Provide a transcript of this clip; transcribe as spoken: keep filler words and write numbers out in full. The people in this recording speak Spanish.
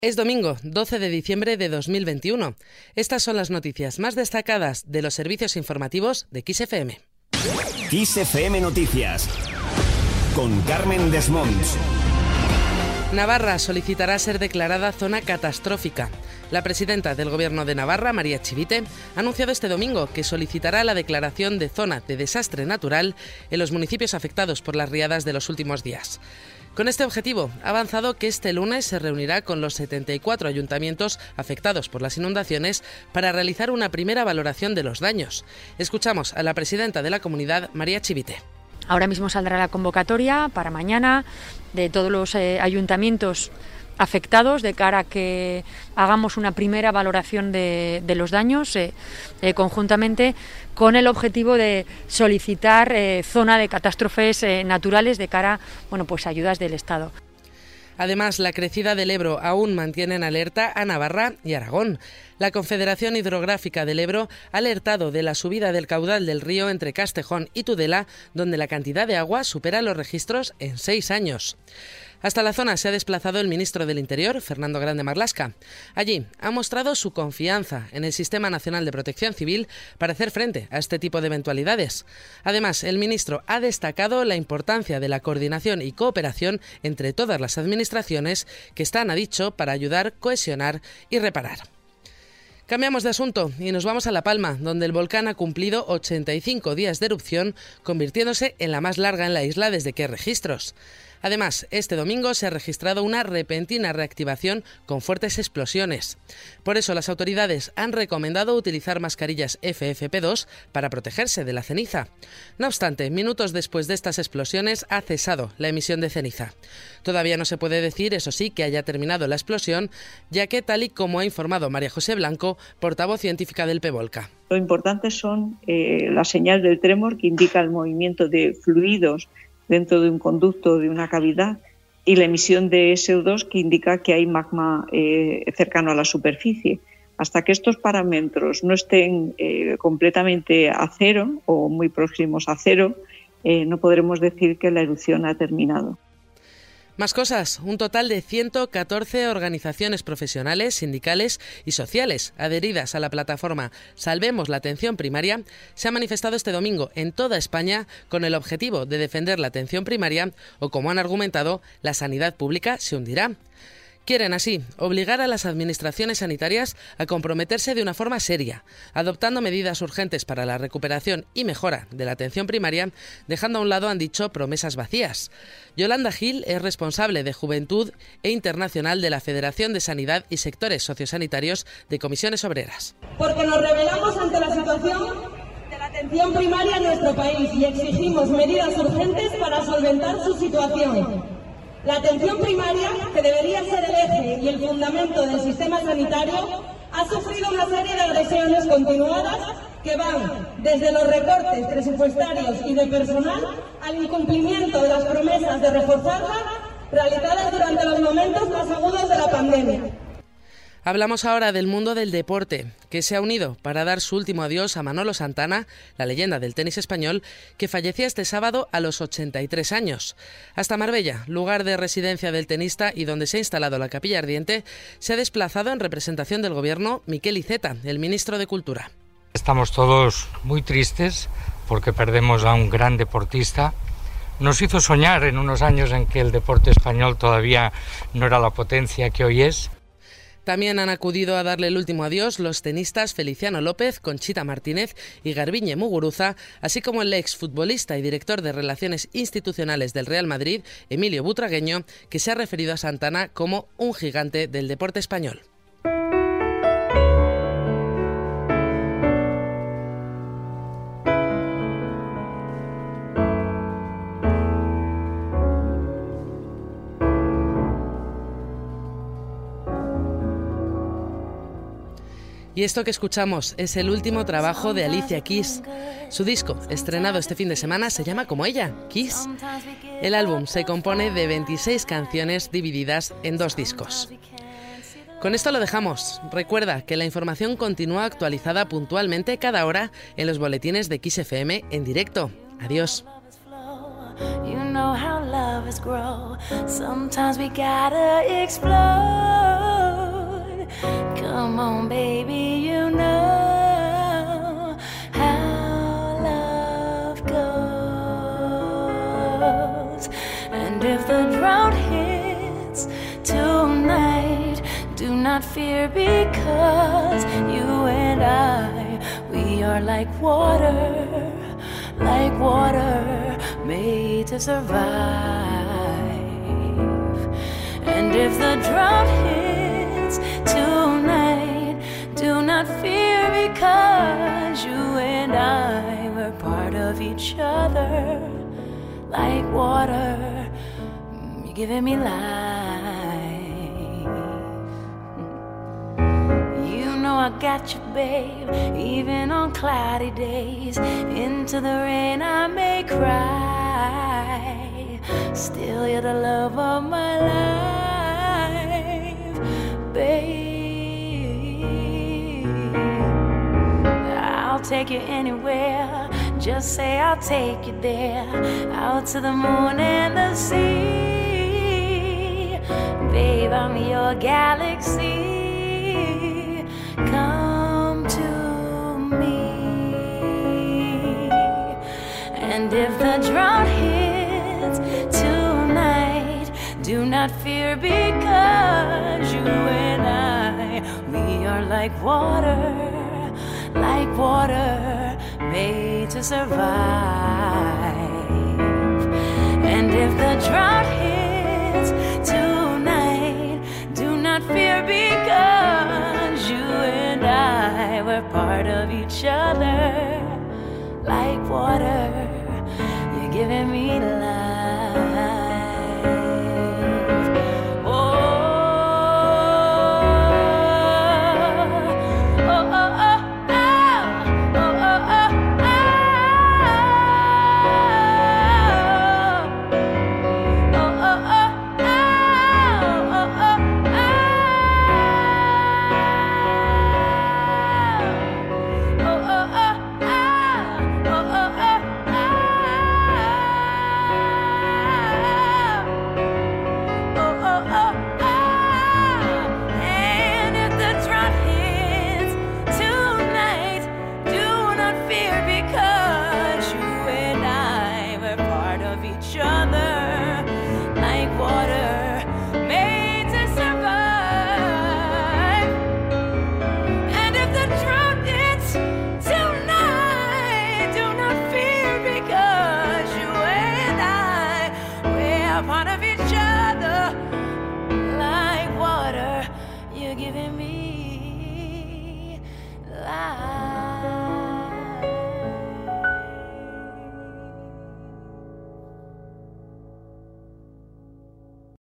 Es domingo, doce de diciembre de dos mil veintiuno. Estas son las noticias más destacadas de los servicios informativos de Kiss F M. Kiss F M Noticias, con Carmen Desmonts. Navarra solicitará ser declarada zona catastrófica. La presidenta del Gobierno de Navarra, María Chivite, ha anunciado este domingo que solicitará la declaración de zona de desastre natural en los municipios afectados por las riadas de los últimos días. Con este objetivo, ha avanzado que este lunes se reunirá con los setenta y cuatro ayuntamientos afectados por las inundaciones para realizar una primera valoración de los daños. Escuchamos a la presidenta de la comunidad, María Chivite. Ahora mismo saldrá la convocatoria para mañana de todos los eh, ayuntamientos afectados de cara a que hagamos una primera valoración de, de los daños eh, eh, conjuntamente con el objetivo de solicitar eh, zona de catástrofes eh, naturales de cara, bueno, pues a ayudas del Estado. Además, la crecida del Ebro aún mantiene en alerta a Navarra y Aragón. La Confederación Hidrográfica del Ebro ha alertado de la subida del caudal del río entre Castejón y Tudela, donde la cantidad de agua supera los registros en seis años. Hasta la zona se ha desplazado el ministro del Interior, Fernando Grande Marlaska. Allí ha mostrado su confianza en el Sistema Nacional de Protección Civil para hacer frente a este tipo de eventualidades. Además, el ministro ha destacado la importancia de la coordinación y cooperación entre todas las administraciones que están, ha dicho, para ayudar, cohesionar y reparar. Cambiamos de asunto y nos vamos a La Palma, donde el volcán ha cumplido ochenta y cinco días de erupción, convirtiéndose en la más larga en la isla desde que hay registros. Además, este domingo se ha registrado una repentina reactivación con fuertes explosiones. Por eso, las autoridades han recomendado utilizar mascarillas F F P dos para protegerse de la ceniza. No obstante, minutos después de estas explosiones ha cesado la emisión de ceniza. Todavía no se puede decir, eso sí, que haya terminado la explosión, ya que, tal y como ha informado María José Blanco, portavoz científica del PEVOLCA. Lo importante son eh, las señales del trémor, que indica el movimiento de fluidos dentro de un conducto, de una cavidad, y la emisión de S O dos, que indica que hay magma eh, cercano a la superficie. Hasta que estos parámetros no estén eh, completamente a cero o muy próximos a cero, eh, no podremos decir que la erupción ha terminado. Más cosas. Un total de ciento catorce organizaciones profesionales, sindicales y sociales adheridas a la plataforma Salvemos la Atención Primaria se han manifestado este domingo en toda España con el objetivo de defender la atención primaria o, como han argumentado, la sanidad pública se hundirá. Quieren así obligar a las administraciones sanitarias a comprometerse de una forma seria, adoptando medidas urgentes para la recuperación y mejora de la atención primaria, dejando a un lado, han dicho, promesas vacías. Yolanda Gil es responsable de Juventud e Internacional de la Federación de Sanidad y Sectores Sociosanitarios de Comisiones Obreras. Porque nos rebelamos ante la situación de la atención primaria en nuestro país y exigimos medidas urgentes para solventar su situación. La atención primaria, que debería ser el eje y el fundamento del sistema sanitario, ha sufrido una serie de agresiones continuadas que van desde los recortes presupuestarios y de personal al incumplimiento de las promesas de reforzarla realizadas durante los momentos más agudos de la pandemia. Hablamos ahora del mundo del deporte, que se ha unido para dar su último adiós a Manolo Santana, la leyenda del tenis español, que fallecía este sábado a los ochenta y tres años. Hasta Marbella, lugar de residencia del tenista y donde se ha instalado la Capilla Ardiente, se ha desplazado en representación del Gobierno Miquel Iceta, el ministro de Cultura. Estamos todos muy tristes porque perdemos a un gran deportista. Nos hizo soñar en unos años en que el deporte español todavía no era la potencia que hoy es. También han acudido a darle el último adiós los tenistas Feliciano López, Conchita Martínez y Garbiñe Muguruza, así como el exfutbolista y director de Relaciones Institucionales del Real Madrid, Emilio Butragueño, que se ha referido a Santana como un gigante del deporte español. Y esto que escuchamos es el último trabajo de Alicia Keys. Su disco, estrenado este fin de semana, se llama como ella, Kiss. El álbum se compone de veintiséis canciones divididas en dos discos. Con esto lo dejamos. Recuerda que la información continúa actualizada puntualmente cada hora en los boletines de Kiss F M en directo. Adiós. You know how lovers grow. Sometimes we gotta explode. not fear, because you and I, we are like water, like water made to survive. And if the drought hits tonight, do not fear, because you and I, we're part of each other, like water, you're giving me life. You know I got you, babe, even on cloudy days. Into the rain I may cry, still you're the love of my life, babe. I'll take you anywhere, just say I'll take you there, out to the moon and the sea. Babe, I'm your galaxy, come to me. And if the drought hits tonight, do not fear, because you and I, we are like water, like water made to survive. And if the drought hits tonight, do not fear, because you and I, we're part of each other, like water, you're giving me life. Part of each other, like water, you're giving me